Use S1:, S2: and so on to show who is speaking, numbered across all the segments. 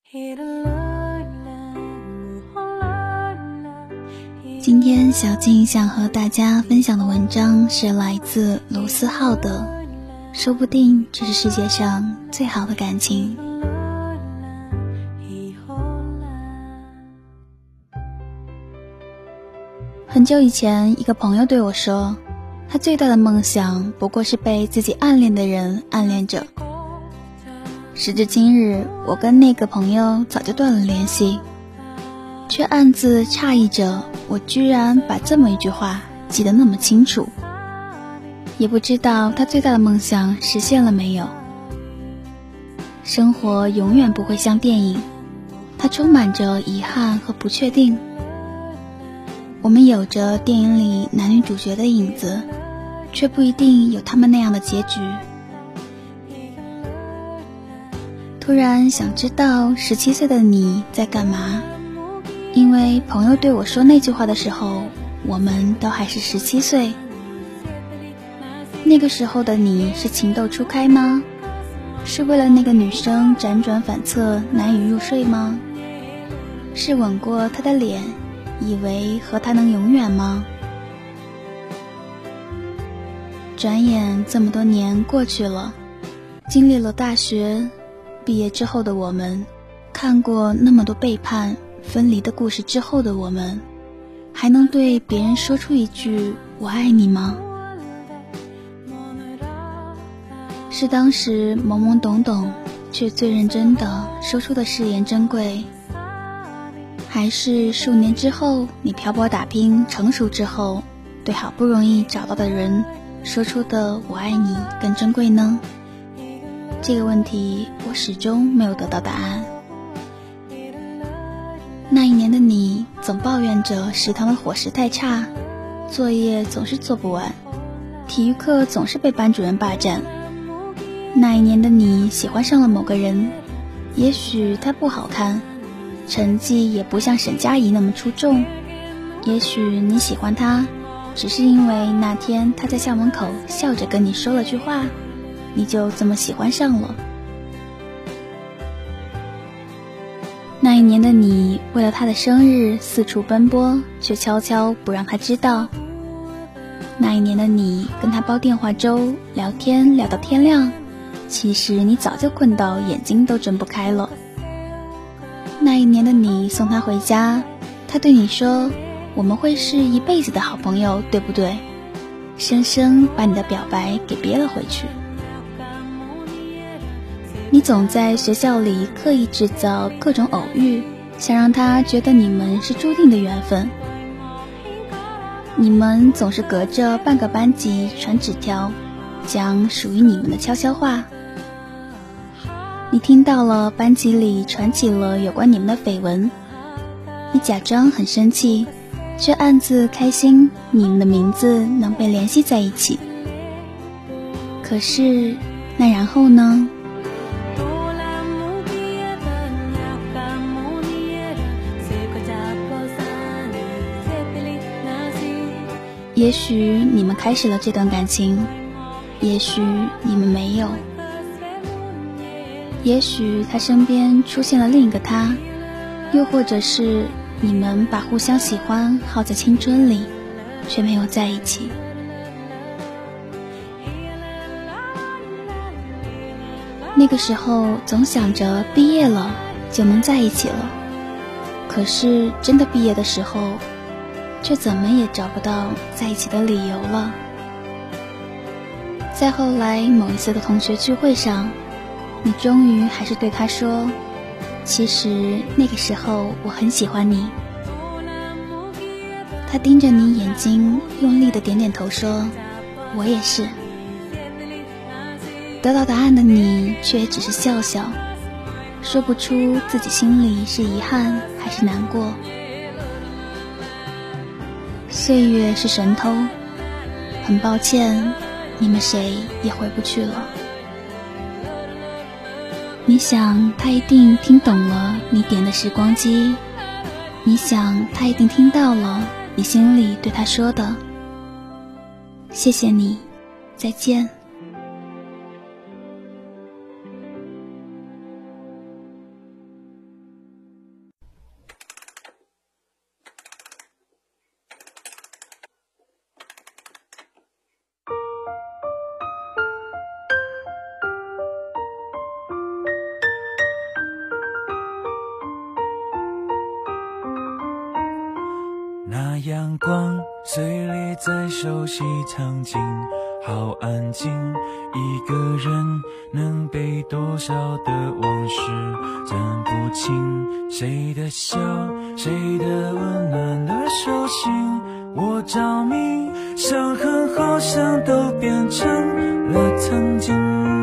S1: 今天小静想和大家分享的文章是来自卢思浩的说不定这是世界上最好的感情。很久以前，一个朋友对我说，他最大的梦想不过是被自己暗恋的人暗恋着。时至今日，我跟那个朋友早就断了联系，却暗自诧异着，我居然把这么一句话记得那么清楚。也不知道他最大的梦想实现了没有。生活永远不会像电影，它充满着遗憾和不确定。我们有着电影里男女主角的影子，却不一定有他们那样的结局。突然想知道17岁的你在干嘛，因为朋友对我说那句话的时候，我们都还是17岁。那个时候的你是情窦初开吗？是为了那个女生辗转反侧难以入睡吗？是吻过她的脸，以为和她能永远吗？转眼这么多年过去了，经历了大学毕业之后的我们，看过那么多背叛分离的故事之后的我们，还能对别人说出一句我爱你吗？是当时懵懵懂懂却最认真的说出的誓言珍贵，还是数年之后你漂泊打拼成熟之后，对好不容易找到的人说出的我爱你更珍贵呢？这个问题我始终没有得到答案。那一年的你总抱怨着食堂的伙食太差，作业总是做不完，体育课总是被班主任霸占。那一年的你喜欢上了某个人，也许他不好看，成绩也不像沈佳宜那么出众，也许你喜欢他只是因为那天他在校门口笑着跟你说了句话，你就这么喜欢上了。那一年的你为了他的生日四处奔波，却悄悄不让他知道。那一年的你跟他煲电话粥，聊天聊到天亮，其实你早就困到眼睛都睁不开了。那一年的你送他回家，他对你说我们会是一辈子的好朋友，对不对？生生把你的表白给憋了回去。你总在学校里刻意制造各种偶遇，想让他觉得你们是注定的缘分。你们总是隔着半个班级传纸条，讲属于你们的悄悄话。你听到了班级里传起了有关你们的绯闻，你假装很生气，却暗自开心你们的名字能被联系在一起。可是那然后呢？也许你们开始了这段感情，也许你们没有，也许他身边出现了另一个他，又或者是你们把互相喜欢耗在青春里，却没有在一起。那个时候总想着毕业了就能在一起了，可是真的毕业的时候，却怎么也找不到在一起的理由了。在后来某一次的同学聚会上，你终于还是对他说，其实那个时候我很喜欢你。他盯着你眼睛，用力地点点头说，我也是。得到答案的你却只是笑笑，说不出自己心里是遗憾还是难过。岁月是神偷，很抱歉，你们谁也回不去了。你想他一定听懂了你点的时光机，你想他一定听到了你心里对他说的，谢谢你，再见。
S2: 阳光碎裂在熟悉场景，好安静，一个人能被多少的往事占不清，谁的笑，谁的温暖的手心，我着迷，伤痕好像都变成了曾经。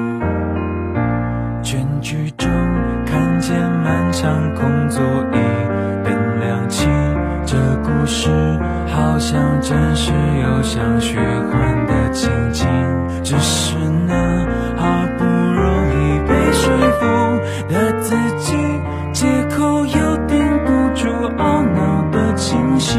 S2: 全剧中看见漫长空座椅灯亮起，这故事好像真实又像虚幻的情景，只是那好不容易被说服的自己，借口又顶不住懊恼的清醒。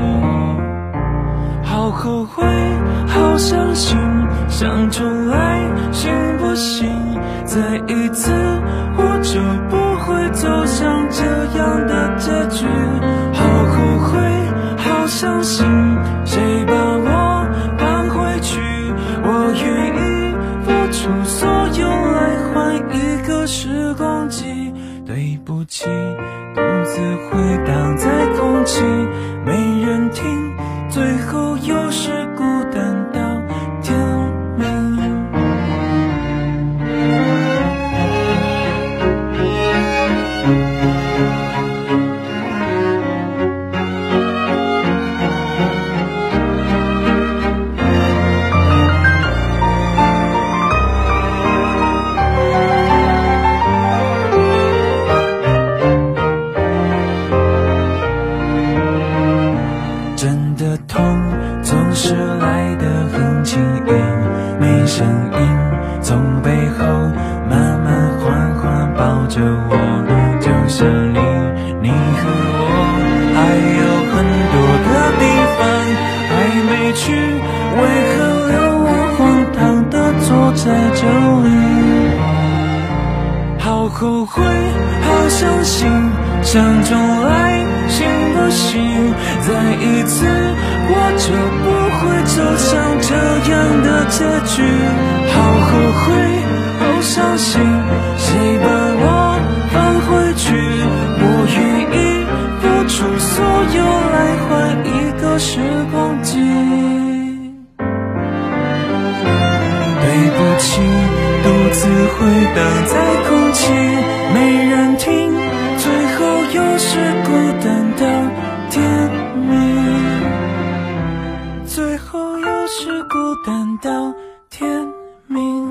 S2: 好后悔，好伤心，想重来行不行？再一次我就不会走向这样的结局。好后悔，好伤心，谁把我搬回去？我愿意付出所有来换一个时光机。对不起，独自回荡在空气，没人听，最后又是孤单到天明。真的痛总是来得很轻盈，没声音，从背后慢慢缓缓抱着我，就像你和我还有很多的地方还没去，为何留我荒唐地坐在这里？好后悔，好伤心，想重来行不行？再一次我就不会走向这样的结局。好后悔，好伤心，谁把我放回去？我愿意付出所有来换一个时光机。对不起，独自回荡在空气，没人听，最后又是孤单到天明，最后又是孤单到天明。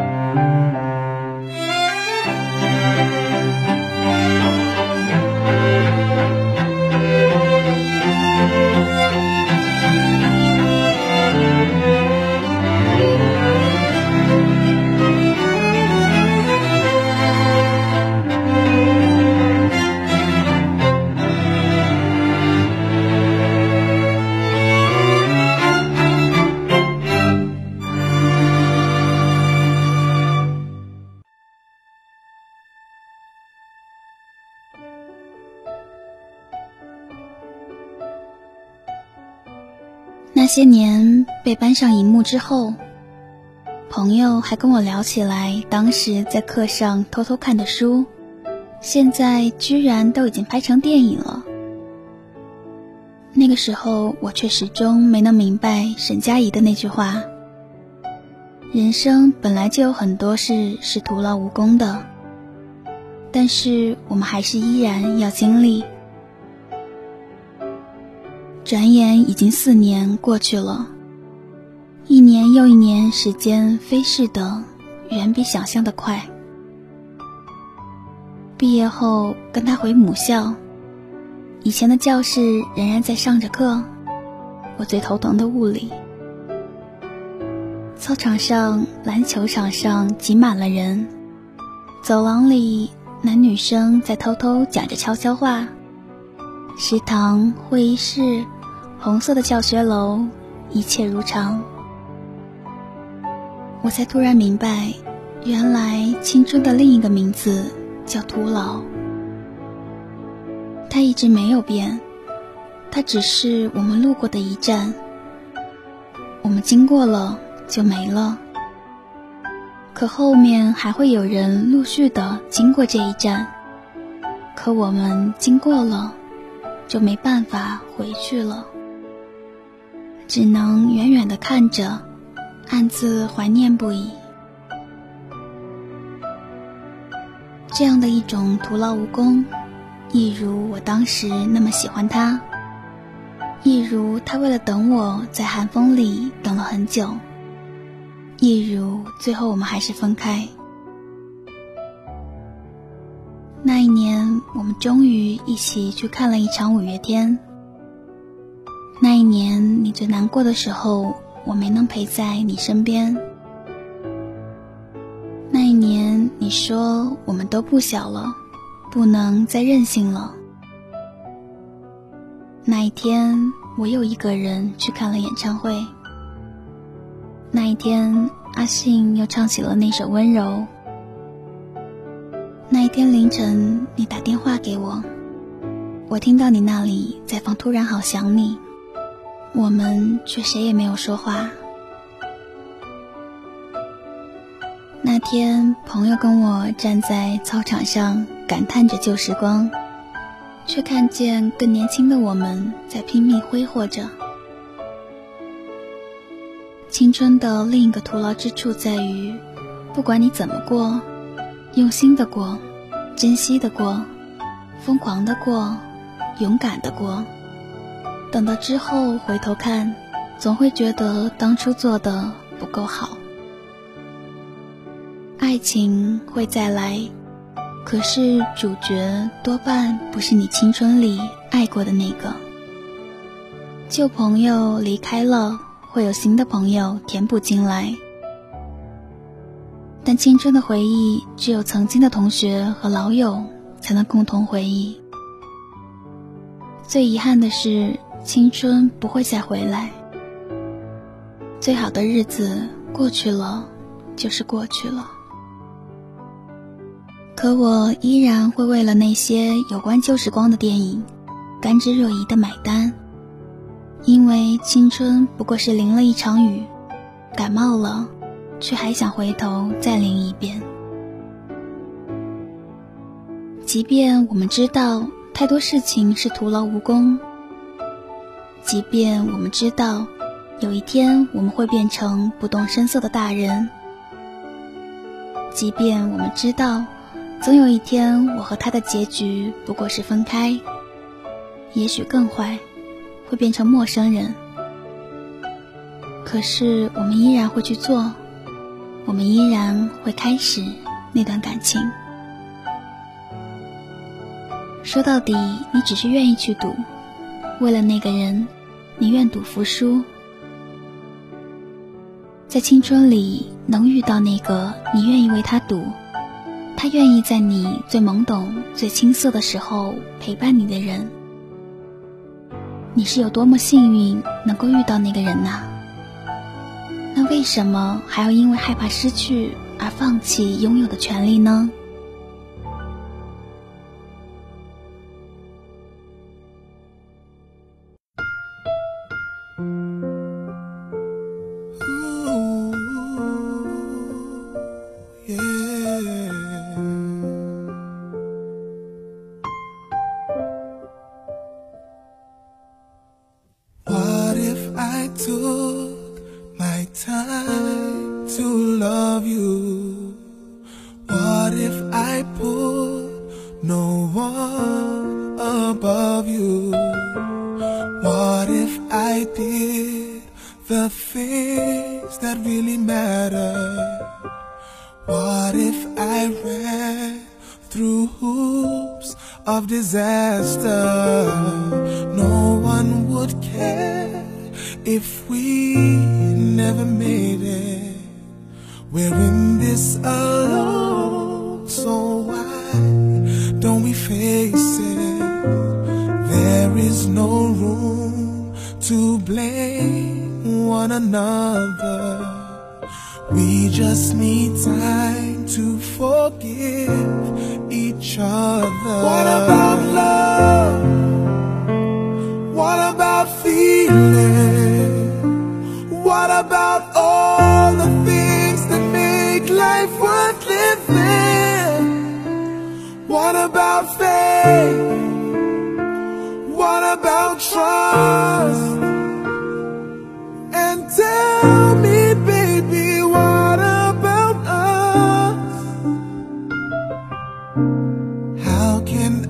S1: 那些年被搬上荧幕之后，朋友还跟我聊起来当时在课上偷偷看的书，现在居然都已经拍成电影了。那个时候我却始终没能明白沈佳宜的那句话，人生本来就有很多事是徒劳无功的，但是我们还是依然要经历。转眼已经4年过去了，一年又一年，时间飞逝的远比想象的快。毕业后跟他回母校，以前的教室仍然在上着课，我最头疼的物理。操场上、篮球场上挤满了人，走廊里男女生在偷偷讲着悄悄话，食堂、会议室、红色的教学楼，一切如常。我才突然明白，原来青春的另一个名字叫徒劳。它一直没有变，它只是我们路过的一站，我们经过了就没了，可后面还会有人陆续的经过这一站，可我们经过了就没办法回去了。 只能远远地看着，暗自怀念不已。这样的一种徒劳无功，一如我当时那么喜欢他，一如他为了等我在寒风里等了很久，一如最后我们还是分开。那一年我们终于一起去看了一场五月天，那一年你最难过的时候，我没能陪在你身边。那一年你说我们都不小了，不能再任性了。那一天我又一个人去看了演唱会，那一天阿信又唱起了那首温柔。那一天凌晨你打电话给我，我听到你那里在放突然好想你，我们却谁也没有说话。那天朋友跟我站在操场上感叹着旧时光，却看见更年轻的我们在拼命挥霍着。青春的另一个徒劳之处在于，不管你怎么过，用心的过，珍惜的过，疯狂的过，勇敢的过，等到之后回头看，总会觉得当初做的不够好。爱情会再来，可是主角多半不是你青春里爱过的那个。旧朋友离开了，会有新的朋友填补进来，但青春的回忆只有曾经的同学和老友才能共同回忆。最遗憾的是，青春不会再回来，最好的日子过去了就是过去了。可我依然会为了那些有关旧时光的电影甘之若饴的买单，因为青春不过是淋了一场雨，感冒了却还想回头再淋一遍。即便我们知道太多事情是徒劳无功，即便我们知道有一天我们会变成不动声色的大人，即便我们知道总有一天我和他的结局不过是分开，也许更坏，会变成陌生人，可是我们依然会去做，我们依然会开始那段感情。说到底，你只是愿意去赌，为了那个人，你愿赌服输。在青春里能遇到那个你愿意为他赌，他愿意在你最懵懂最青涩的时候陪伴你的人，你是有多么幸运能够遇到那个人啊。那为什么还要因为害怕失去而放弃拥有的权利呢？
S2: time to love you? What if I put no one above you? What if I did the things that really matter? What if I ran through hoops of disaster? No one would care if we never made it. We're in this alone, so why don't we face it? There is no room to blame one another. We just need time to forgive each other. What about love? What about feeling? What about all the things that make life worth living? What about faith? What about trust?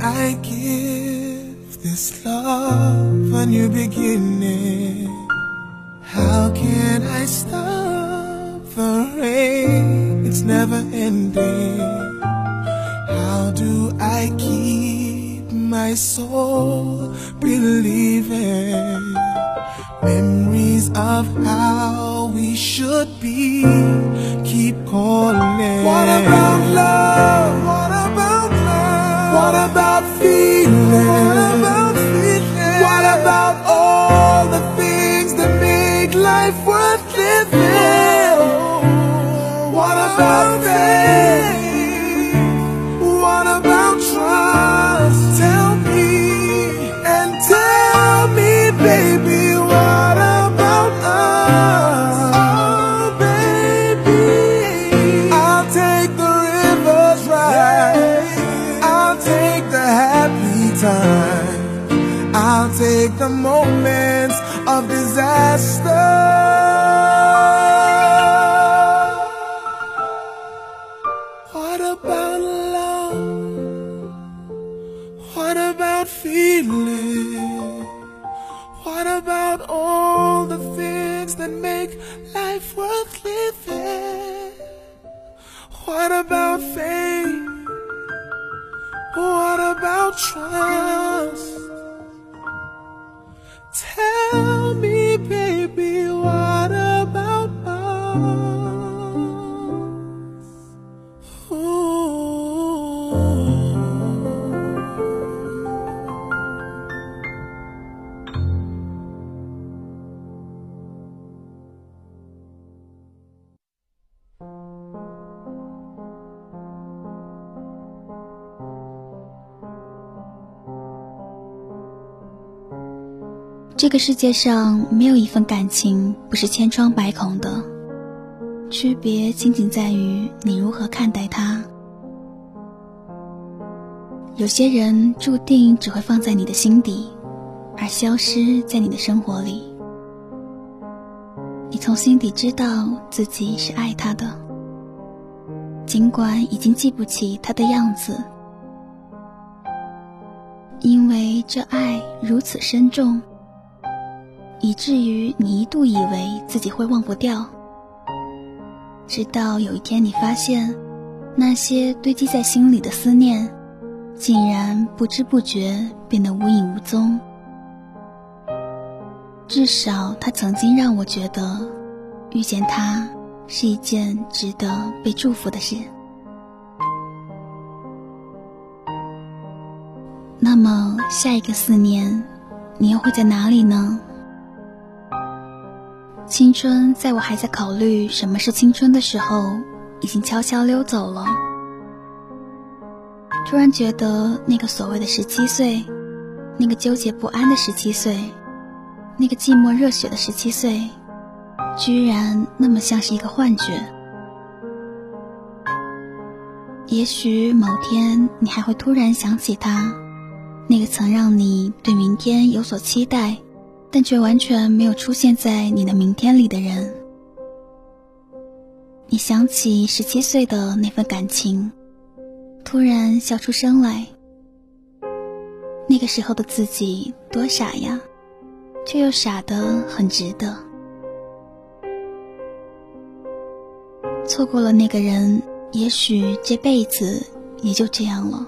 S2: I give this love a new beginning? How can I stop the rain? It's never ending. How do I keep my soul believing? Memories of how we should be keep calling. What about love? What about love? What about feeling? What about feeling? What about all the things that make life worth living? What about faith? What about trust? Tell me and tell me, baby, what about us? Oh, baby, I'll take the rivers right. I'll take the happy time. I'll take the moments of disaster. What about love? What about feeling? What about all the things that make life worth living? What about faith? What about trust? Tell me, baby, what about us?
S1: 这个世界上没有一份感情不是千疮百孔的，区别仅仅在于你如何看待它。有些人注定只会放在你的心底，而消失在你的生活里。你从心底知道自己是爱他的，尽管已经记不起他的样子，因为这爱如此深重，以至于你一度以为自己会忘不掉，直到有一天你发现，那些堆积在心里的思念，竟然不知不觉变得无影无踪。至少他曾经让我觉得，遇见他是一件值得被祝福的事。那么下一个4年，你又会在哪里呢？青春在我还在考虑什么是青春的时候，已经悄悄溜走了。突然觉得那个所谓的17岁，那个纠结不安的17岁，那个寂寞热血的17岁，居然那么像是一个幻觉。也许某天你还会突然想起他，那个曾让你对明天有所期待，但却完全没有出现在你的明天里的人。你想起17岁的那份感情，突然笑出声来。那个时候的自己多傻呀，却又傻得很值得。错过了那个人，也许这辈子也就这样了。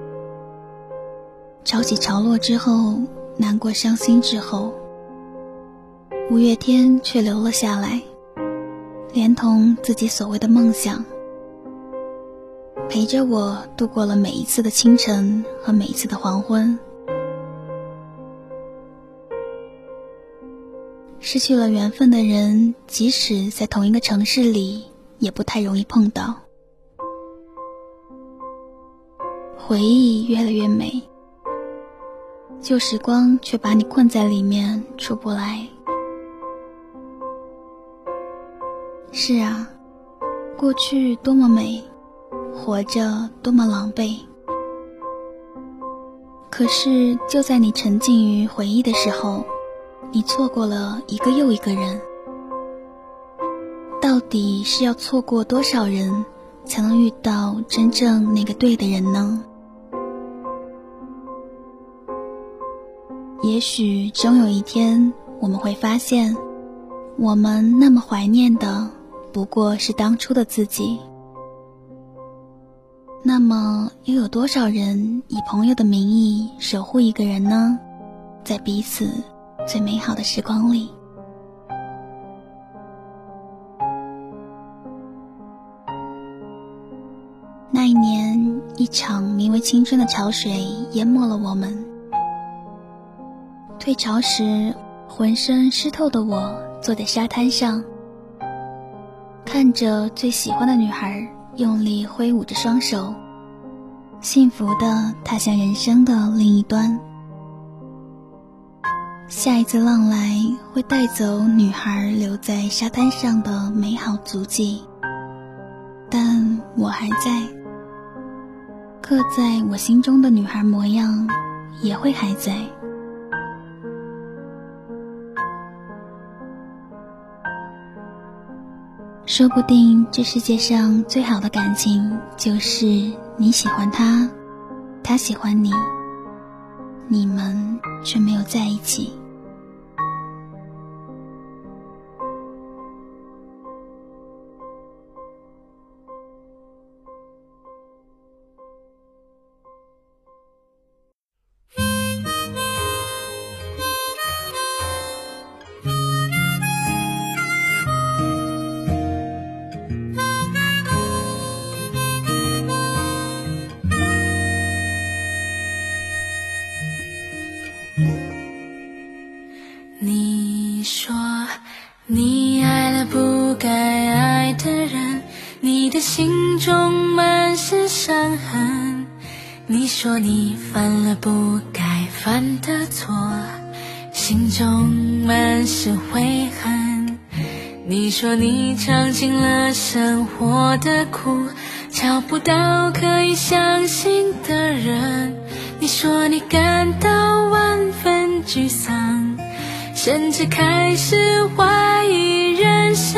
S1: 潮起潮落之后，难过伤心之后，五月天却留了下来，连同自己所谓的梦想，陪着我度过了每一次的清晨和每一次的黄昏。失去了缘分的人，即使在同一个城市里，也不太容易碰到。回忆越来越美，旧时光却把你困在里面出不来。是啊，过去多么美，活着多么狼狈。可是就在你沉浸于回忆的时候，你错过了一个又一个人。到底是要错过多少人，才能遇到真正那个对的人呢？ 也许终有一天我们会发现，我们那么怀念的不过是当初的自己。那么又有多少人以朋友的名义守护一个人呢？在彼此最美好的时光里。那一年，一场名为青春的潮水淹没了我们。退潮时，浑身湿透的我坐在沙滩上，看着最喜欢的女孩用力挥舞着双手，幸福地踏向人生的另一端。下一次浪来会带走女孩留在沙滩上的美好足迹，但我还在，刻在我心中的女孩模样也会还在。说不定这世界上最好的感情就是你喜欢他，他喜欢你，你们却没有在一起。
S3: 你说你爱了不该爱的人，你的心中满是伤痕。你说你犯了不该犯的错，心中满是悔恨。你说你尝尽了生活的苦，找不到可以相信的人。你说你感到万分沮丧，甚至开始怀疑人生。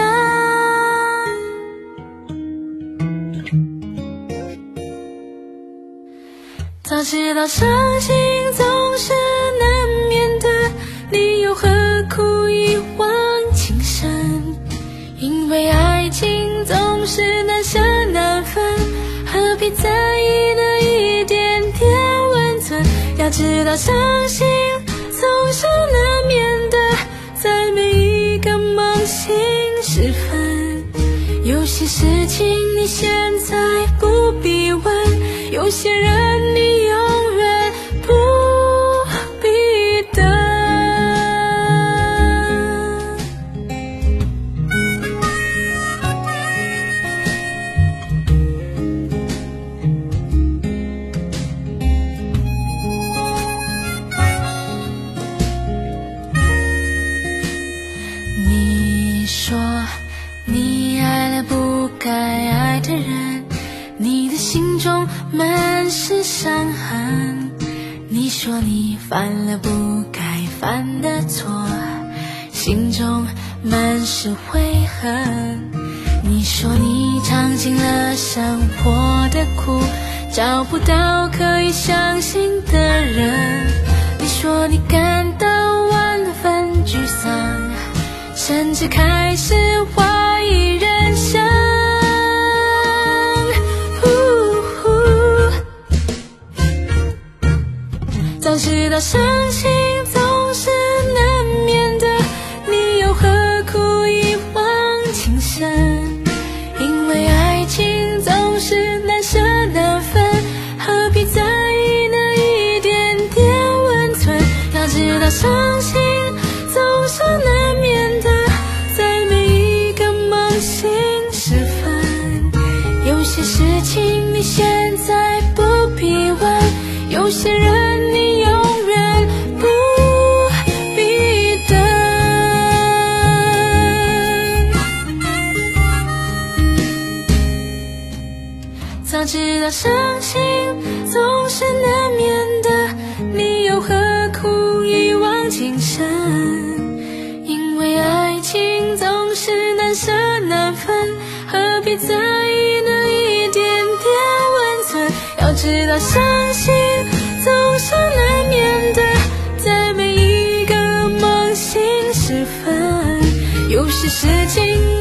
S3: 早知道伤心总是难免的，你又何苦一往情深？因为爱情总是难舍难分，何必在意那一点点温存？要知道伤心总是难免的，在每一个梦醒时分。有些事情你现在不必问，有些人你永远不必等。你说你爱了不该爱的人，你的心中满是伤痕。你说你犯了不该犯的错，心中满是悔恨。你说你尝尽了生活的苦，找不到可以相信的人。你说你感到万分沮丧，甚至开始怀疑人生。早知道伤心总是难免的，你又何苦一往情深？因为爱情总是难舍难分，何必在意那一点点温存？要知道伤心总是难免的，在每一个梦醒时分。有些事情你现在不必问，有些人你永远不必等。早知道伤心总是难免的，你又何苦一往情深？因为爱情总是难舍难分，何必在意那一点点温存？要知道伤心总是难免的，在每一事情